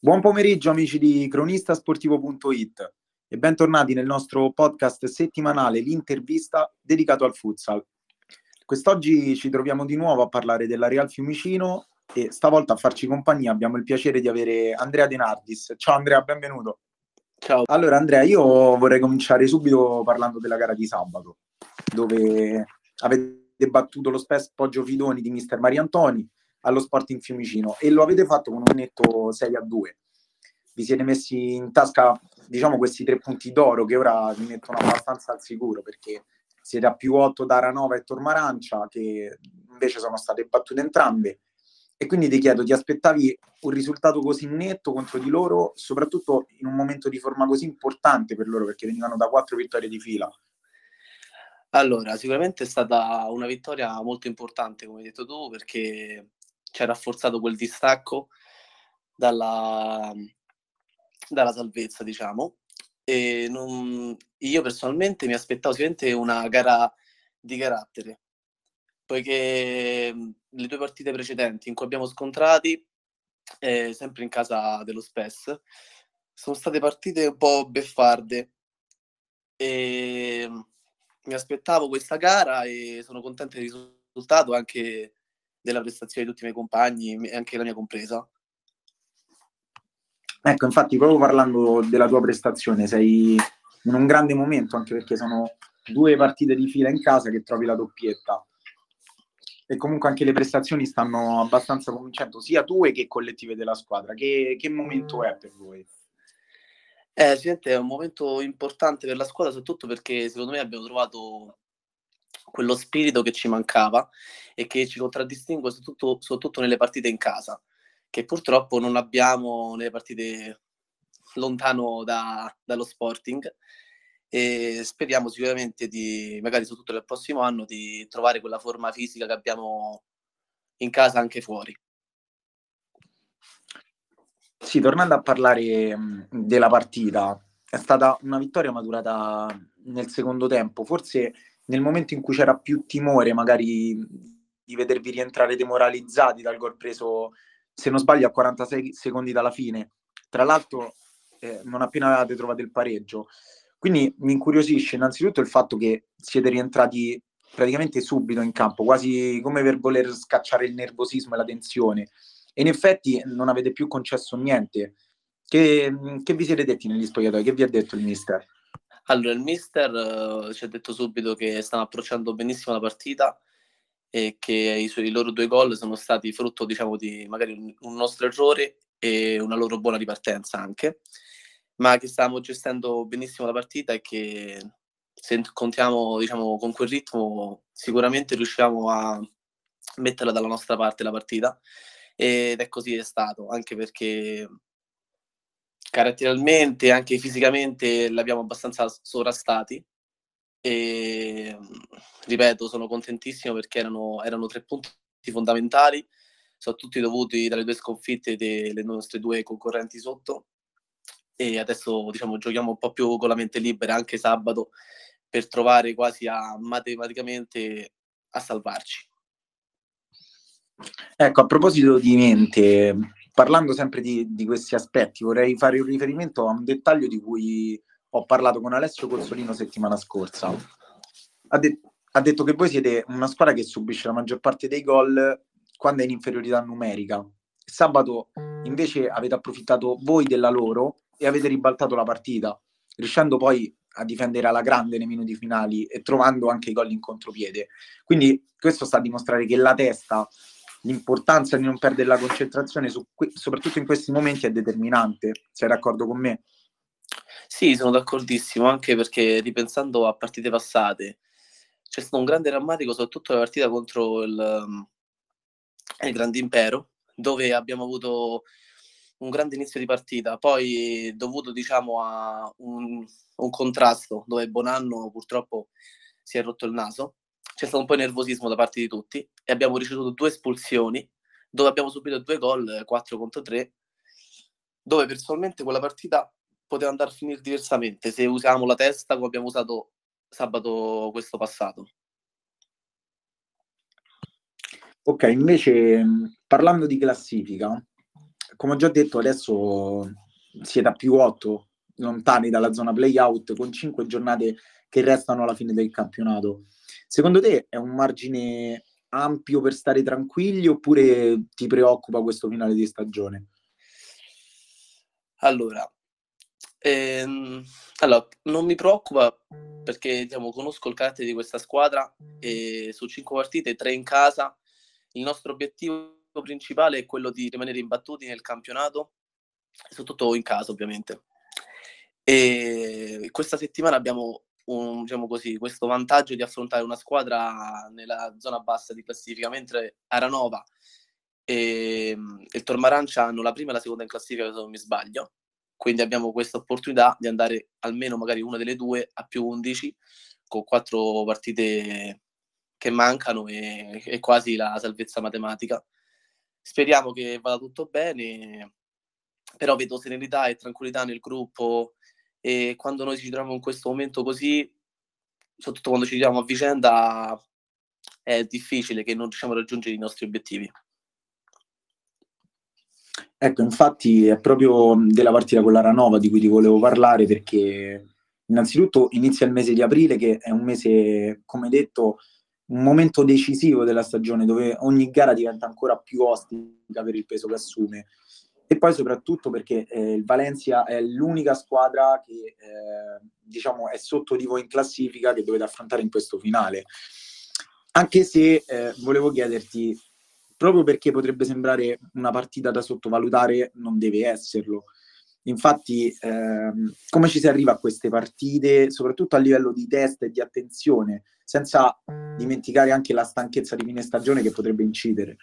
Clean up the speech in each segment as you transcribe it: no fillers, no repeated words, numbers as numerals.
Buon pomeriggio amici di cronistasportivo.it e bentornati nel nostro podcast settimanale L'intervista dedicato al futsal. Quest'oggi ci troviamo di nuovo a parlare della Real Fiumicino e stavolta a farci compagnia abbiamo il piacere di avere Andrea De Nardis. Ciao Andrea, benvenuto. Ciao. Allora Andrea, io vorrei cominciare subito parlando della gara di sabato, dove avete battuto lo Spes Poggio Fidoni di mister Mariantoni allo Sporting Fiumicino e lo avete fatto con un netto 6-2. Vi siete messi in tasca, diciamo, questi 3 punti d'oro che ora vi mettono abbastanza al sicuro, perché siete a +8 da Aranova e Tormarancia, che invece sono state battute entrambe. E quindi ti chiedo, ti aspettavi un risultato così netto contro di loro, soprattutto in un momento di forma così importante per loro, perché venivano da 4 vittorie di fila? Allora, sicuramente è stata una vittoria molto importante, come hai detto tu, perché ci ha rafforzato quel distacco dalla salvezza, diciamo. E io personalmente mi aspettavo sicuramente una gara di carattere, poiché le 2 partite precedenti in cui abbiamo scontrati, sempre in casa dello Spes, sono state partite un po' beffarde. Mi aspettavo questa gara e sono contento del risultato, anche della prestazione di tutti i miei compagni e anche la mia compresa. Ecco, infatti, proprio parlando della tua prestazione, sei in un grande momento, anche perché sono 2 partite di fila in casa che trovi la doppietta. E comunque anche le prestazioni stanno abbastanza convincendo, sia tue che collettive della squadra. Che momento è per voi? Sicuramente è un momento importante per la squadra, soprattutto perché secondo me abbiamo trovato quello spirito che ci mancava e che ci contraddistingue soprattutto nelle partite in casa, che purtroppo non abbiamo nelle partite lontano dallo Sporting, e speriamo sicuramente magari soprattutto nel prossimo anno, di trovare quella forma fisica che abbiamo in casa anche fuori. Sì, tornando a parlare della partita, è stata una vittoria maturata nel secondo tempo, forse nel momento in cui c'era più timore magari di vedervi rientrare demoralizzati dal gol preso, se non sbaglio, a 46 secondi dalla fine. Tra l'altro non appena avevate trovato il pareggio. Quindi mi incuriosisce innanzitutto il fatto che siete rientrati praticamente subito in campo, quasi come per voler scacciare il nervosismo e la tensione. E in effetti non avete più concesso niente. Che vi siete detti negli spogliatoi? Che vi ha detto il mister? Allora, il mister ci ha detto subito che stanno approcciando benissimo la partita e che i loro 2 gol sono stati frutto, diciamo, di magari un nostro errore e una loro buona ripartenza anche, ma che stavamo gestendo benissimo la partita e che se contiamo, diciamo, con quel ritmo sicuramente riusciamo a metterla dalla nostra parte la partita, ed è così è stato, anche perché caratterialmente, anche fisicamente l'abbiamo abbastanza sovrastati e ripeto, sono contentissimo perché erano 3 punti fondamentali, sono tutti dovuti dalle 2 sconfitte delle nostre 2 concorrenti sotto, e adesso, diciamo, giochiamo un po' più con la mente libera anche sabato, per trovare quasi matematicamente a salvarci. Ecco, a proposito di mente, parlando sempre di questi aspetti, vorrei fare un riferimento a un dettaglio di cui ho parlato con Alessio Cozzolino settimana scorsa. Ha detto che voi siete una squadra che subisce la maggior parte dei gol quando è in inferiorità numerica. Sabato invece avete approfittato voi della loro e avete ribaltato la partita, riuscendo poi a difendere alla grande nei minuti finali e trovando anche i gol in contropiede. Quindi questo sta a dimostrare che la testa, l'importanza di non perdere la concentrazione, soprattutto in questi momenti, è determinante. Sei d'accordo con me? Sì, sono d'accordissimo, anche perché ripensando a partite passate c'è stato un grande rammarico, soprattutto la partita contro il Grande Impero, dove abbiamo avuto un grande inizio di partita, poi dovuto, diciamo, a un contrasto dove Bonanno purtroppo si è rotto il naso, c'è stato un po' di nervosismo da parte di tutti e abbiamo ricevuto 2 espulsioni, dove abbiamo subito 2 gol, 4 contro 3, dove personalmente quella partita poteva andare a finire diversamente se usiamo la testa come abbiamo usato sabato questo passato. Ok, invece parlando di classifica, come ho già detto, adesso siete a +8, lontani dalla zona play-out, con 5 giornate che restano alla fine del campionato. Secondo te è un margine ampio per stare tranquilli oppure ti preoccupa questo finale di stagione? Allora, allora, non mi preoccupa perché diciamo, conosco il carattere di questa squadra e su 5 partite, 3 in casa, il nostro obiettivo principale è quello di rimanere imbattuti nel campionato, soprattutto in casa ovviamente. E questa settimana abbiamo diciamo così, questo vantaggio di affrontare una squadra nella zona bassa di classifica, mentre Aranova e il Tormarancia hanno la prima e la seconda in classifica, se non mi sbaglio. Quindi abbiamo questa opportunità di andare almeno magari una delle due a +11 con 4 partite che mancano e quasi la salvezza matematica. Speriamo che vada tutto bene, però vedo serenità e tranquillità nel gruppo e quando noi ci troviamo in questo momento così, soprattutto quando ci troviamo a vicenda, è difficile che non riusciamo a raggiungere i nostri obiettivi. Ecco, infatti è proprio della partita con l'Aranova di cui ti volevo parlare, perché innanzitutto inizia il mese di aprile, che è un mese, come detto, un momento decisivo della stagione, dove ogni gara diventa ancora più ostica per il peso che assume. E poi soprattutto perché il Valencia è l'unica squadra che diciamo è sotto di voi in classifica che dovete affrontare in questo finale. Anche se volevo chiederti, proprio perché potrebbe sembrare una partita da sottovalutare, non deve esserlo. Infatti, come ci si arriva a queste partite, soprattutto a livello di test e di attenzione, senza dimenticare anche la stanchezza di fine stagione che potrebbe incidere?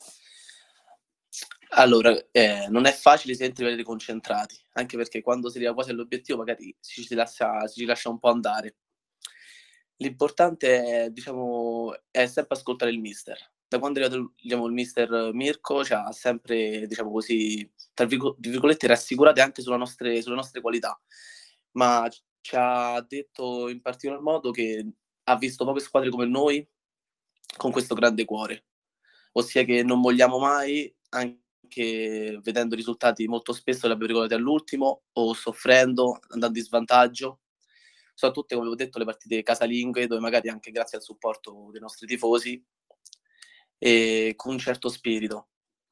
Allora, non è facile sempre vedere concentrati, anche perché quando si arriva quasi all'obiettivo magari si lascia un po' andare. L'importante è, diciamo, è sempre ascoltare il mister. Da quando è arrivato diciamo, il mister Mirko ci ha sempre, diciamo così, tra virgolette, rassicurati anche sulle nostre qualità. Ma ci ha detto in particolar modo che ha visto poche squadre come noi con questo grande cuore, ossia che non molliamo mai, anche vedendo risultati molto spesso li abbiamo regolati all'ultimo o soffrendo, andando in svantaggio. Sono tutte, come ho detto, le partite casalinghe, dove magari anche grazie al supporto dei nostri tifosi e con un certo spirito.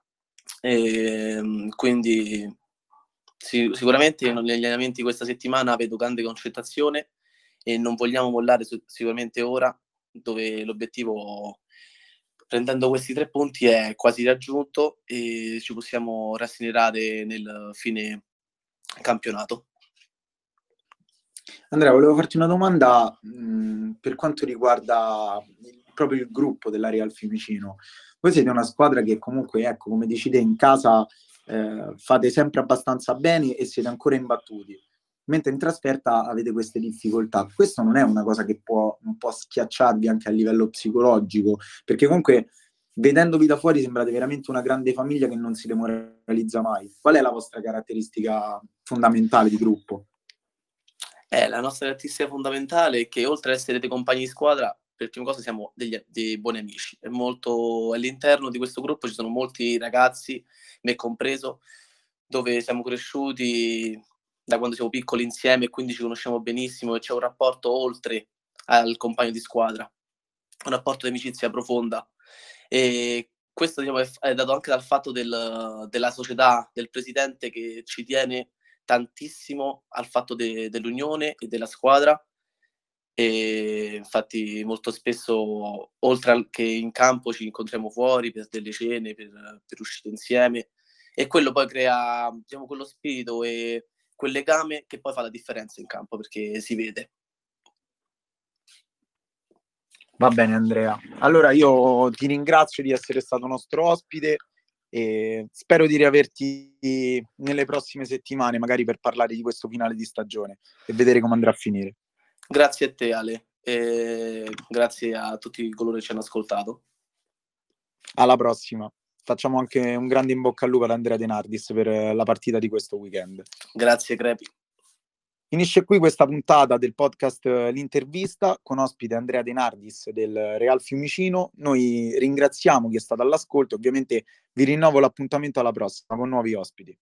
Quindi sicuramente negli allenamenti questa settimana vedo grande concentrazione e non vogliamo mollare sicuramente ora, dove l'obiettivo, prendendo questi 3 punti, è quasi raggiunto e ci possiamo rasserenare nel fine campionato. Andrea, volevo farti una domanda per quanto riguarda proprio il gruppo della Real Fiumicino. Voi siete una squadra che comunque, ecco, come dici te, in casa fate sempre abbastanza bene e siete ancora imbattuti, mentre in trasferta avete queste difficoltà. Questo non è una cosa che può un po' schiacciarvi anche a livello psicologico, perché comunque vedendovi da fuori sembrate veramente una grande famiglia che non si demoralizza mai. Qual è la vostra caratteristica fondamentale di gruppo? La nostra caratteristica fondamentale è che oltre ad essere dei compagni di squadra, per prima cosa siamo dei buoni amici. All'interno di questo gruppo ci sono molti ragazzi, me compreso, dove siamo cresciuti da quando siamo piccoli insieme e quindi ci conosciamo benissimo e c'è un rapporto oltre al compagno di squadra, un rapporto di amicizia profonda. E questo diciamo, è dato anche dal fatto della società, del presidente che ci tiene tantissimo al fatto dell'unione e della squadra e infatti molto spesso oltre che in campo ci incontriamo fuori per delle cene, per uscire insieme e quello poi crea diciamo quello spirito e quel legame che poi fa la differenza in campo perché si vede. Va bene Andrea, allora io ti ringrazio di essere stato nostro ospite e spero di riaverti nelle prossime settimane, magari per parlare di questo finale di stagione e vedere come andrà a finire. Grazie a te Ale e grazie a tutti coloro che ci hanno ascoltato. Alla prossima. Facciamo anche un grande in bocca al lupo ad Andrea De Nardis per la partita di questo weekend. Grazie Crepi. Finisce qui questa puntata del podcast L'intervista con ospite Andrea De Nardis del Real Fiumicino. Noi ringraziamo chi è stato all'ascolto, ovviamente vi rinnovo l'appuntamento alla prossima con nuovi ospiti.